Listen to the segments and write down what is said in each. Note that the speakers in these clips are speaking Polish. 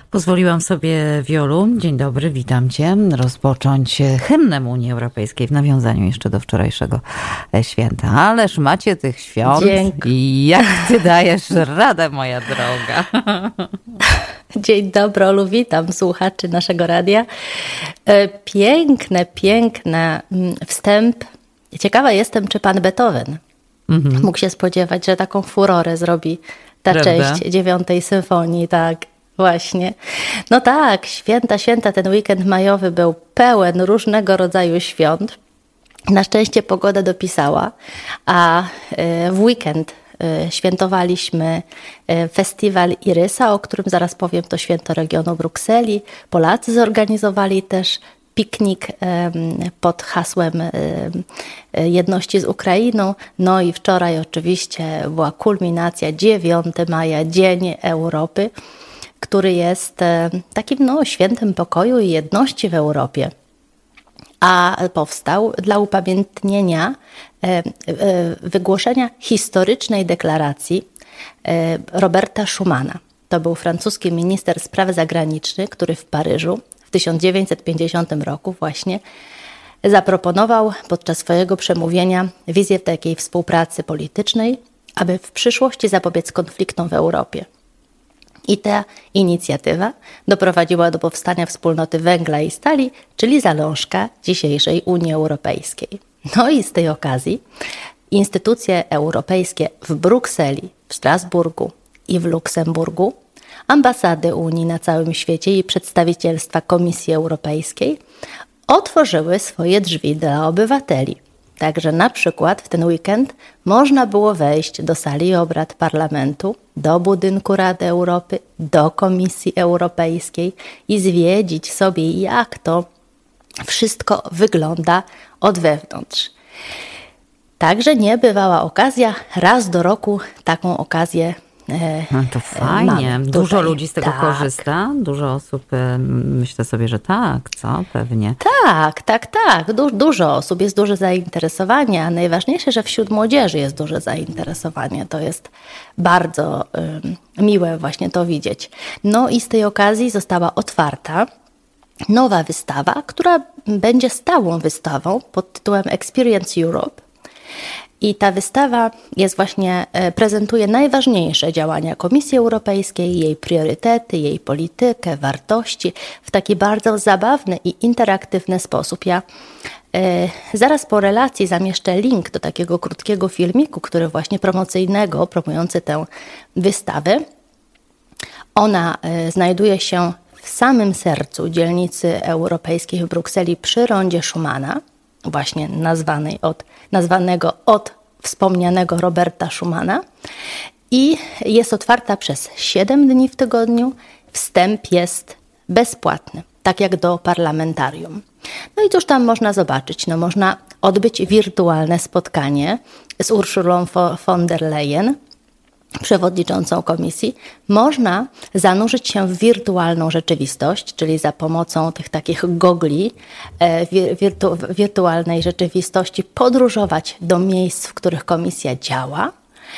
Pozwoliłam sobie, Wiolu, dzień dobry, witam Cię, rozpocząć hymnem Unii Europejskiej w nawiązaniu jeszcze do wczorajszego święta. Ależ macie tych świąt i jak Ty dajesz radę, moja droga. Dzień dobry, Olu, witam słuchaczy naszego radia. Piękny wstęp. Ciekawa jestem, czy pan Beethoven mógł się spodziewać, że taką furorę zrobi ta część 9. symfonii, tak. Właśnie. No tak, święta, ten weekend majowy był pełen różnego rodzaju świąt. Na szczęście pogoda dopisała, a w weekend świętowaliśmy festiwal Irysa, o którym zaraz powiem, to święto regionu Brukseli. Polacy zorganizowali też piknik pod hasłem jedności z Ukrainą. No i wczoraj oczywiście była kulminacja, 9 maja, Dzień Europy, który jest takim świętem pokoju i jedności w Europie. A powstał dla upamiętnienia wygłoszenia historycznej deklaracji Roberta Schumana. To był francuski minister spraw zagranicznych, który w Paryżu w 1950 roku właśnie zaproponował podczas swojego przemówienia wizję takiej współpracy politycznej, aby w przyszłości zapobiec konfliktom w Europie. I ta inicjatywa doprowadziła do powstania wspólnoty węgla i stali, czyli zalążka dzisiejszej Unii Europejskiej. No i z tej okazji instytucje europejskie w Brukseli, w Strasburgu i w Luksemburgu, ambasady Unii na całym świecie i przedstawicielstwa Komisji Europejskiej otworzyły swoje drzwi dla obywateli. Także na przykład w ten weekend można było wejść do sali obrad Parlamentu, do budynku Rady Europy, do Komisji Europejskiej i zwiedzić sobie, jak to wszystko wygląda od wewnątrz. Także niebywała okazja, raz do roku taką okazję no to fajnie. Dużo ludzi z tego korzysta? Dużo osób, myślę sobie, że tak, co? Pewnie. Tak. Dużo osób, jest duże zainteresowanie, a najważniejsze, że wśród młodzieży jest duże zainteresowanie. To jest bardzo miłe właśnie to widzieć. No i z tej okazji została otwarta nowa wystawa, która będzie stałą wystawą pod tytułem Experience Europe. I ta wystawa prezentuje najważniejsze działania Komisji Europejskiej, jej priorytety, jej politykę, wartości w taki bardzo zabawny i interaktywny sposób. Ja zaraz po relacji zamieszczę link do takiego krótkiego filmiku, który właśnie promujący tę wystawę. Ona znajduje się w samym sercu dzielnicy europejskiej w Brukseli przy rondzie Schumana, właśnie nazwanego od wspomnianego Roberta Schumana, i jest otwarta przez 7 dni w tygodniu. Wstęp jest bezpłatny, tak jak do parlamentarium. No i cóż tam można zobaczyć? No, można odbyć wirtualne spotkanie z Urszulą von der Leyen, przewodniczącą komisji. Można zanurzyć się w wirtualną rzeczywistość, czyli za pomocą tych takich gogli wirtualnej rzeczywistości podróżować do miejsc, w których komisja działa,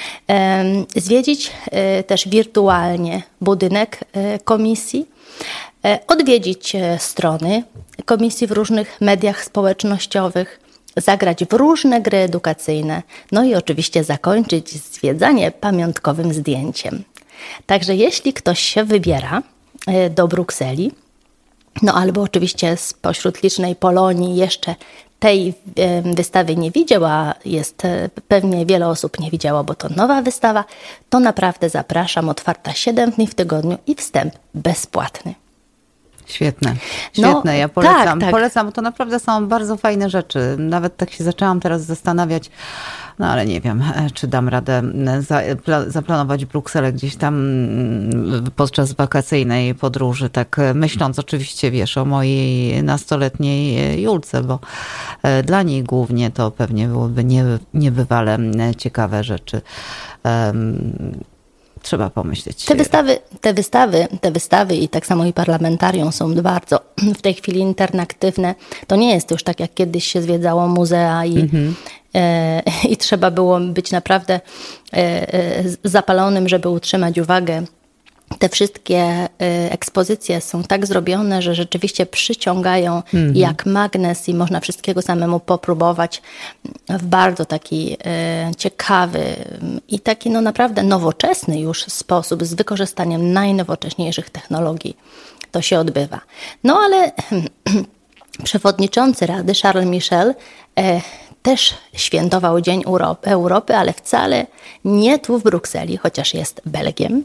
zwiedzić też wirtualnie budynek komisji, odwiedzić strony komisji w różnych mediach społecznościowych, zagrać w różne gry edukacyjne, no i oczywiście zakończyć zwiedzanie pamiątkowym zdjęciem. Także jeśli ktoś się wybiera do Brukseli, no albo oczywiście spośród licznej Polonii jeszcze tej wystawy nie widział, a pewnie wiele osób nie widziało, bo to nowa wystawa, to naprawdę zapraszam, otwarta 7 dni w tygodniu i wstęp bezpłatny. Świetne. Ja polecam, bo to naprawdę są bardzo fajne rzeczy. Nawet tak się zaczęłam teraz zastanawiać, no ale nie wiem, czy dam radę zaplanować Brukselę gdzieś tam podczas wakacyjnej podróży, tak myśląc oczywiście, wiesz, o mojej nastoletniej Julce, bo dla niej głównie to pewnie byłyby niebywale ciekawe rzeczy. Trzeba pomyśleć. Te wystawy i tak samo i parlamentarium są bardzo w tej chwili interaktywne. To nie jest już tak, jak kiedyś się zwiedzało muzea i trzeba było być naprawdę zapalonym, żeby utrzymać uwagę te wszystkie ekspozycje są tak zrobione, że rzeczywiście przyciągają jak magnes i można wszystkiego samemu popróbować w bardzo taki ciekawy i taki no naprawdę nowoczesny już sposób z wykorzystaniem najnowocześniejszych technologii. To się odbywa. No ale przewodniczący Rady Charles Michel też świętował Dzień Europy, ale wcale nie tu w Brukseli, chociaż jest Belgiem.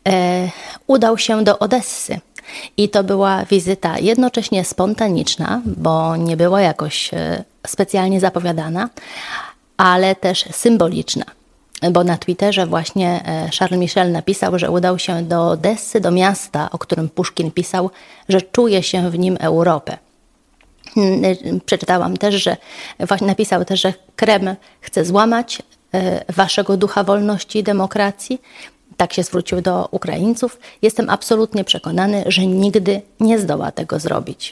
Udał się do Odessy. I to była wizyta jednocześnie spontaniczna, bo nie była jakoś specjalnie zapowiadana, ale też symboliczna. Bo na Twitterze właśnie Charles Michel napisał, że udał się do Odessy, do miasta, o którym Puszkin pisał, że czuje się w nim Europę. Przeczytałam też, że właśnie napisał też, że Kreml chce złamać waszego ducha wolności i demokracji. Tak się zwrócił do Ukraińców. Jestem absolutnie przekonany, że nigdy nie zdoła tego zrobić.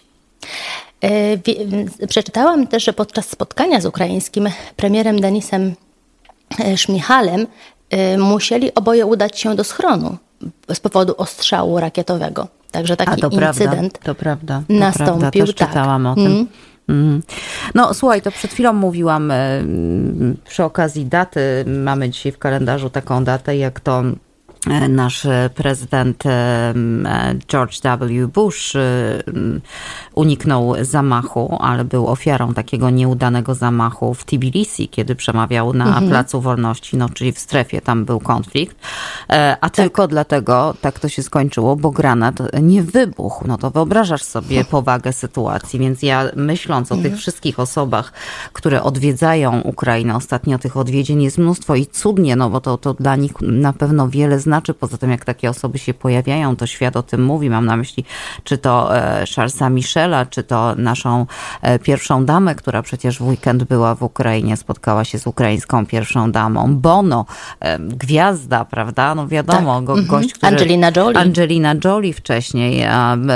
Przeczytałam też, że podczas spotkania z ukraińskim premierem Denisem Szmichalem musieli oboje udać się do schronu z powodu ostrzału rakietowego. Także taki incydent nastąpił. Też czytałam o tym. No słuchaj, to przed chwilą mówiłam przy okazji daty, mamy dzisiaj w kalendarzu taką datę, jak to nasz prezydent George W. Bush uniknął zamachu, ale był ofiarą takiego nieudanego zamachu w Tbilisi, kiedy przemawiał na Placu Wolności, no czyli w strefie, tam był konflikt, a tylko dlatego tak to się skończyło, bo granat nie wybuchł. No to wyobrażasz sobie powagę sytuacji, więc ja myśląc o tych wszystkich osobach, które odwiedzają Ukrainę, ostatnio tych odwiedzin jest mnóstwo i cudnie, no bo to dla nich na pewno wiele znaczy. Poza tym, jak takie osoby się pojawiają, to świat o tym mówi. Mam na myśli, czy to Charlesa Michela, czy to naszą pierwszą damę, która przecież w weekend była w Ukrainie, spotkała się z ukraińską pierwszą damą. Bono, gwiazda, prawda? No wiadomo, gość, który... Angelina Jolie wcześniej,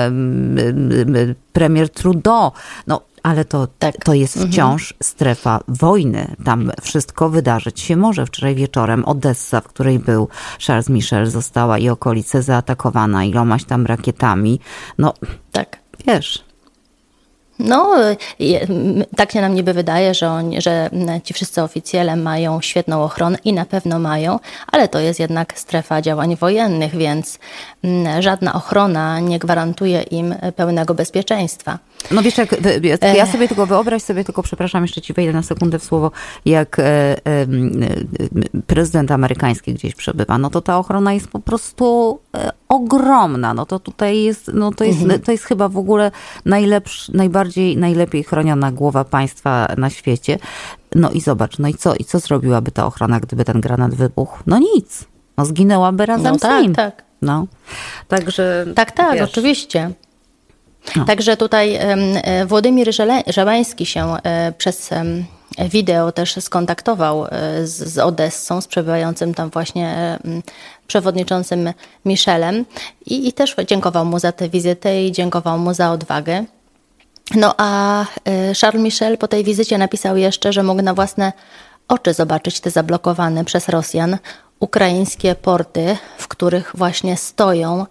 premier Trudeau. No, ale to jest wciąż strefa wojny. Tam wszystko wydarzyć się może. Wczoraj wieczorem Odessa, w której był Charles Michel, została i okolice zaatakowana ilomaś tam rakietami. No, tak. Wiesz... No, tak się nam niby wydaje, że ci wszyscy oficjele mają świetną ochronę i na pewno mają, ale to jest jednak strefa działań wojennych, więc żadna ochrona nie gwarantuje im pełnego bezpieczeństwa. No wiesz, ja sobie tylko wyobraź sobie, przepraszam, jeszcze ci wejdę na sekundę w słowo, jak prezydent amerykański gdzieś przebywa, no to ta ochrona jest po prostu ogromna. No to tutaj jest, to jest chyba w ogóle najlepiej chroniona głowa państwa na świecie. No i zobacz, no i co zrobiłaby ta ochrona, gdyby ten granat wybuchł? No nic. No zginęłaby razem z nim. Tak. No. Także... Tak, wiesz, oczywiście. No. Także tutaj Władimir Żeleński się przez wideo też skontaktował z Odessą, z przebywającym tam właśnie przewodniczącym Michelem i też dziękował mu za tę wizytę i dziękował mu za odwagę. No a Charles Michel po tej wizycie napisał jeszcze, że mógł na własne oczy zobaczyć te zablokowane przez Rosjan ukraińskie porty, w których właśnie stoją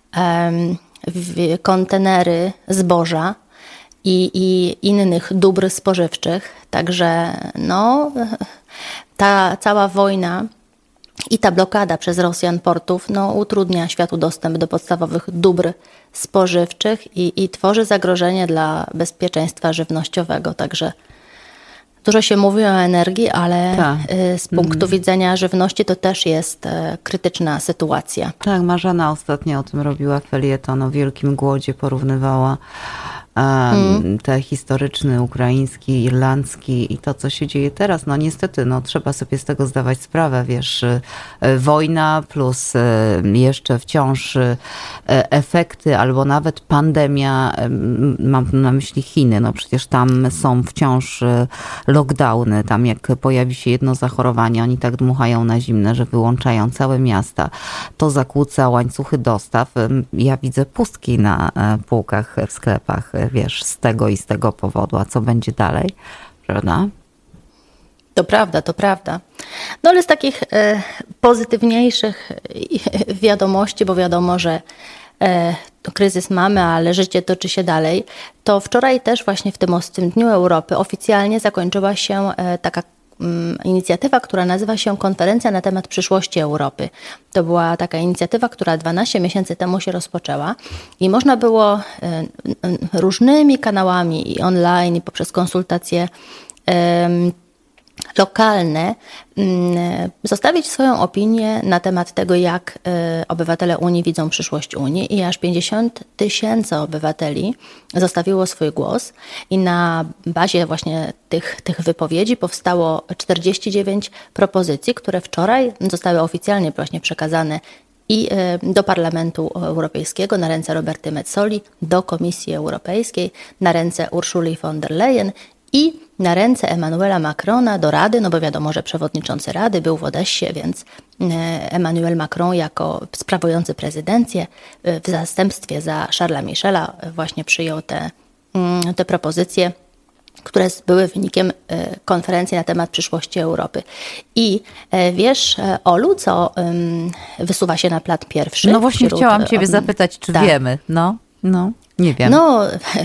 kontenery zboża i innych dóbr spożywczych. Także no, ta cała wojna i ta blokada przez Rosjan portów utrudnia światu dostęp do podstawowych dóbr spożywczych i tworzy zagrożenie dla bezpieczeństwa żywnościowego. Także dużo się mówi o energii, ale z punktu widzenia żywności to też jest krytyczna sytuacja. Tak, Marzena ostatnio o tym robiła felieton, o wielkim głodzie porównywała te historyczny, ukraiński, irlandzki i to, co się dzieje teraz. No niestety, trzeba sobie z tego zdawać sprawę, wiesz, wojna plus jeszcze wciąż efekty albo nawet pandemia, mam na myśli Chiny, no przecież tam są wciąż lockdowny, tam jak pojawi się jedno zachorowanie, oni tak dmuchają na zimne, że wyłączają całe miasta. To zakłóca łańcuchy dostaw. Ja widzę pustki na półkach w sklepach, wiesz, z tego powodu. A co będzie dalej? Prawda? To prawda. No ale z takich pozytywniejszych wiadomości, bo wiadomo, że kryzys mamy, ale życie toczy się dalej, to wczoraj też właśnie w tym Dniu Europy oficjalnie zakończyła się taka inicjatywa, która nazywa się Konferencja na temat przyszłości Europy. To była taka inicjatywa, która 12 miesięcy temu się rozpoczęła i można było różnymi kanałami i online, i poprzez konsultacje lokalne zostawić swoją opinię na temat tego, jak obywatele Unii widzą przyszłość Unii i aż 50 000 obywateli zostawiło swój głos i na bazie właśnie tych wypowiedzi powstało 49 propozycji, które wczoraj zostały oficjalnie właśnie przekazane i do Parlamentu Europejskiego na ręce Roberty Metzoli, do Komisji Europejskiej na ręce Ursuli von der Leyen i na ręce Emmanuela Macrona do Rady, no bo wiadomo, że przewodniczący Rady był w Odessie, więc Emmanuel Macron jako sprawujący prezydencję w zastępstwie za Charlesa Michela właśnie przyjął te propozycje, które były wynikiem konferencji na temat przyszłości Europy. I wiesz, Olu, co wysuwa się na plan pierwszy? No właśnie chciałam Ciebie zapytać, czy wiemy? No. Nie wiem. No,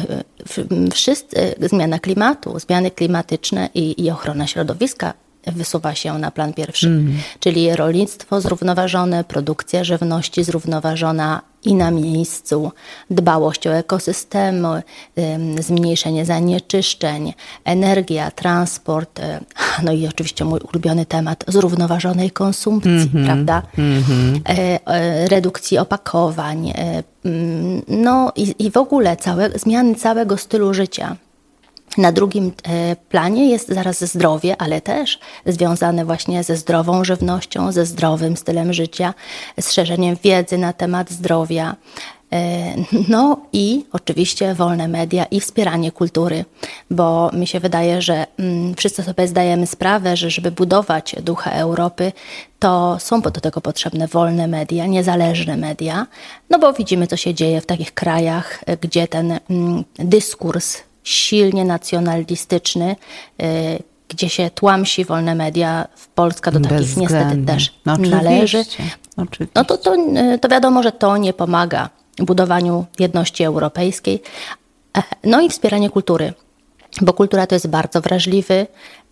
zmiana klimatu, zmiany klimatyczne i ochrona środowiska wysuwa się na plan pierwszy. Czyli rolnictwo zrównoważone, produkcja żywności zrównoważona i na miejscu, dbałość o ekosystemy, zmniejszenie zanieczyszczeń, energia, transport, no i oczywiście mój ulubiony temat zrównoważonej konsumpcji, prawda? Redukcji opakowań, no i w ogóle zmiany całego stylu życia. Na drugim planie jest zaraz zdrowie, ale też związane właśnie ze zdrową żywnością, ze zdrowym stylem życia, z szerzeniem wiedzy na temat zdrowia. No i oczywiście wolne media i wspieranie kultury, bo mi się wydaje, że wszyscy sobie zdajemy sprawę, że żeby budować ducha Europy, to są do tego potrzebne wolne media, niezależne media, no bo widzimy, co się dzieje w takich krajach, gdzie ten dyskurs silnie nacjonalistyczny, gdzie się tłamsi wolne media. Polska do takich niestety też należy. Oczywiście. No to wiadomo, że to nie pomaga budowaniu jedności europejskiej. No i wspieranie kultury, bo kultura to jest bardzo wrażliwy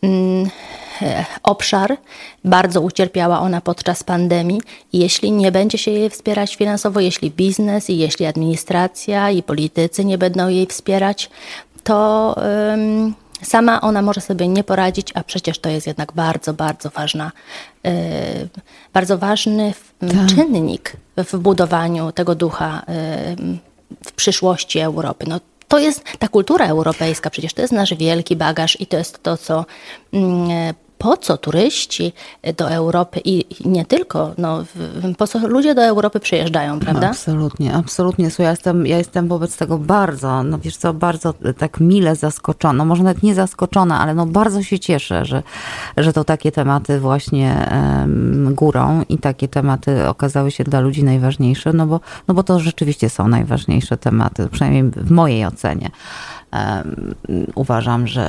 obszar. Bardzo ucierpiała ona podczas pandemii i jeśli nie będzie się jej wspierać finansowo, jeśli biznes i jeśli administracja i politycy nie będą jej wspierać, to sama ona może sobie nie poradzić, a przecież to jest jednak bardzo, bardzo ważny czynnik w budowaniu tego ducha w przyszłości Europy. No, to jest ta kultura europejska, przecież to jest nasz wielki bagaż i to jest to, po co turyści do Europy i nie tylko, po co ludzie do Europy przyjeżdżają, prawda? Absolutnie. Słuchaj, ja jestem wobec tego bardzo, bardzo tak mile zaskoczona, może nawet nie zaskoczona, ale bardzo się cieszę, że to takie tematy właśnie górą i takie tematy okazały się dla ludzi najważniejsze, no bo to rzeczywiście są najważniejsze tematy, przynajmniej w mojej ocenie. Uważam, że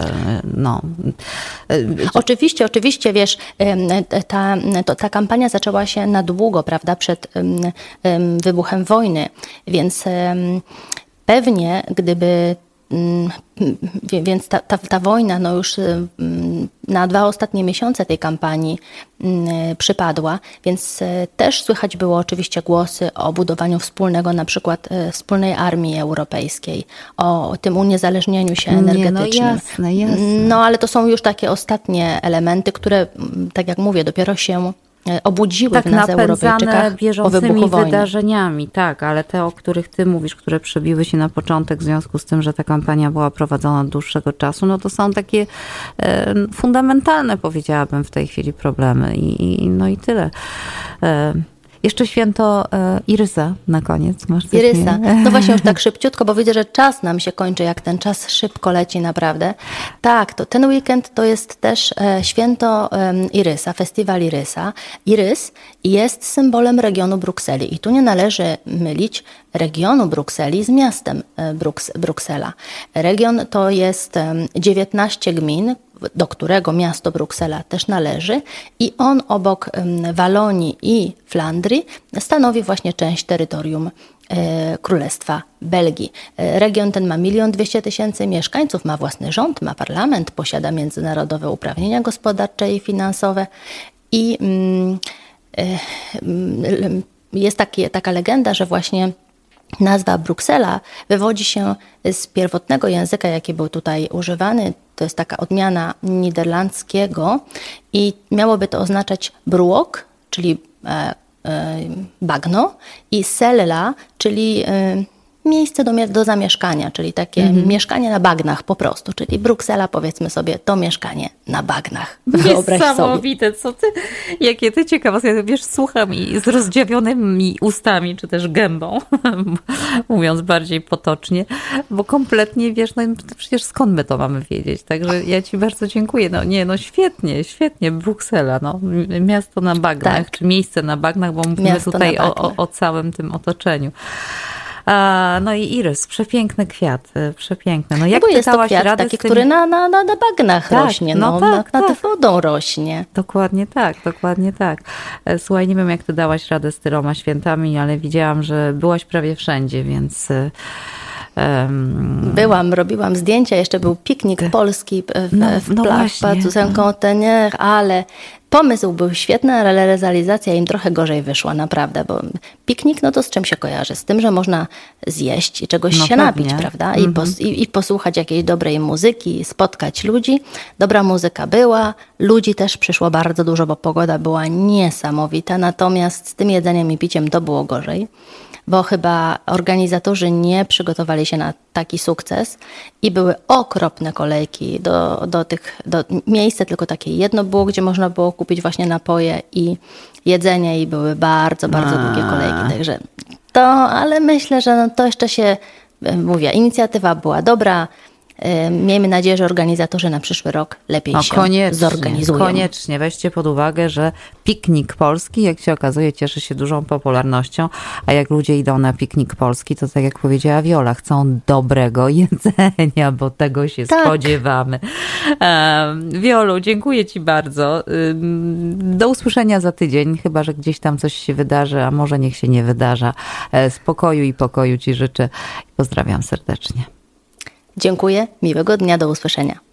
Oczywiście, wiesz, ta kampania zaczęła się na długo, prawda, przed wybuchem wojny, więc pewnie gdyby więc ta wojna już na 2 ostatnie miesiące tej kampanii przypadła, więc też słychać było oczywiście głosy o budowaniu wspólnego, na przykład wspólnej armii europejskiej, o tym uniezależnieniu się energetycznym. Jasne. No ale to są już takie ostatnie elementy, które, tak jak mówię, dopiero się obudziły w nas Europejczykach bieżącymi wydarzeniami, tak, ale te, o których ty mówisz, które przebiły się na początek w związku z tym, że ta kampania była prowadzona od dłuższego czasu, to są takie fundamentalne, powiedziałabym, w tej chwili problemy i tyle. Jeszcze święto Irysa na koniec. Masz coś Irysa. No właśnie już tak szybciutko, bo widzę, że czas nam się kończy, jak ten czas szybko leci naprawdę. Tak, to ten weekend to jest też święto Irysa, festiwal Irysa. Irys jest symbolem regionu Brukseli i tu nie należy mylić regionu Brukseli z miastem Bruksela. Region to jest 19 gmin, do którego miasto Bruksela też należy i on obok Walonii i Flandrii stanowi właśnie część terytorium Królestwa Belgii. Region ten ma 1 200 000 mieszkańców, ma własny rząd, ma parlament, posiada międzynarodowe uprawnienia gospodarcze i finansowe i jest taka legenda, że właśnie nazwa Bruksela wywodzi się z pierwotnego języka, jaki był tutaj używany. To jest taka odmiana niderlandzkiego i miałoby to oznaczać bruok, czyli bagno, i sella, czyli miejsce do zamieszkania, czyli takie mieszkanie na bagnach po prostu, czyli Bruksela, powiedzmy sobie, to mieszkanie na bagnach. Niesamowite, co ty, jakie ty ciekawostki. Ja wiesz, słucham i z rozdziawionymi ustami, czy też gębą, mówiąc bardziej potocznie, bo kompletnie, wiesz, no przecież skąd my to mamy wiedzieć? Także ja ci bardzo dziękuję. No świetnie, świetnie, Bruksela, no, miasto na bagnach, tak. Czy miejsce na bagnach, bo mówimy miasto tutaj o całym tym otoczeniu. No i irys, przepiękny kwiat, przepiękny. No jak bo jest to kwiat taki, który na bagnach rośnie, nad wodą rośnie. Dokładnie tak. Słuchaj, nie wiem jak ty dałaś radę z tyloma świętami, ale widziałam, że byłaś prawie wszędzie, więc... Robiłam zdjęcia, jeszcze był piknik polski w Place Saint-Conteneur, ale pomysł był świetny, ale realizacja im trochę gorzej wyszła, naprawdę, bo piknik, no to z czym się kojarzy? Z tym, że można zjeść i czegoś się napić, prawda? I posłuchać jakiejś dobrej muzyki, spotkać ludzi. Dobra muzyka była, ludzi też przyszło bardzo dużo, bo pogoda była niesamowita, natomiast z tym jedzeniem i piciem to było gorzej, bo chyba organizatorzy nie przygotowali się na taki sukces i były okropne kolejki do miejsca, tylko takie jedno było, gdzie można było kupić właśnie napoje i jedzenie i były bardzo, bardzo długie kolejki. Także ale myślę, że to jeszcze się, inicjatywa była dobra. Miejmy nadzieję, że organizatorzy na przyszły rok lepiej się zorganizują. Koniecznie. Weźcie pod uwagę, że piknik polski, jak się okazuje, cieszy się dużą popularnością, a jak ludzie idą na piknik polski, to tak jak powiedziała Wiola, chcą dobrego jedzenia, bo tego się spodziewamy. Wiolu, dziękuję ci bardzo. Do usłyszenia za tydzień, chyba że gdzieś tam coś się wydarzy, a może niech się nie wydarza. Spokoju i pokoju ci życzę. Pozdrawiam serdecznie. Dziękuję, miłego dnia, do usłyszenia.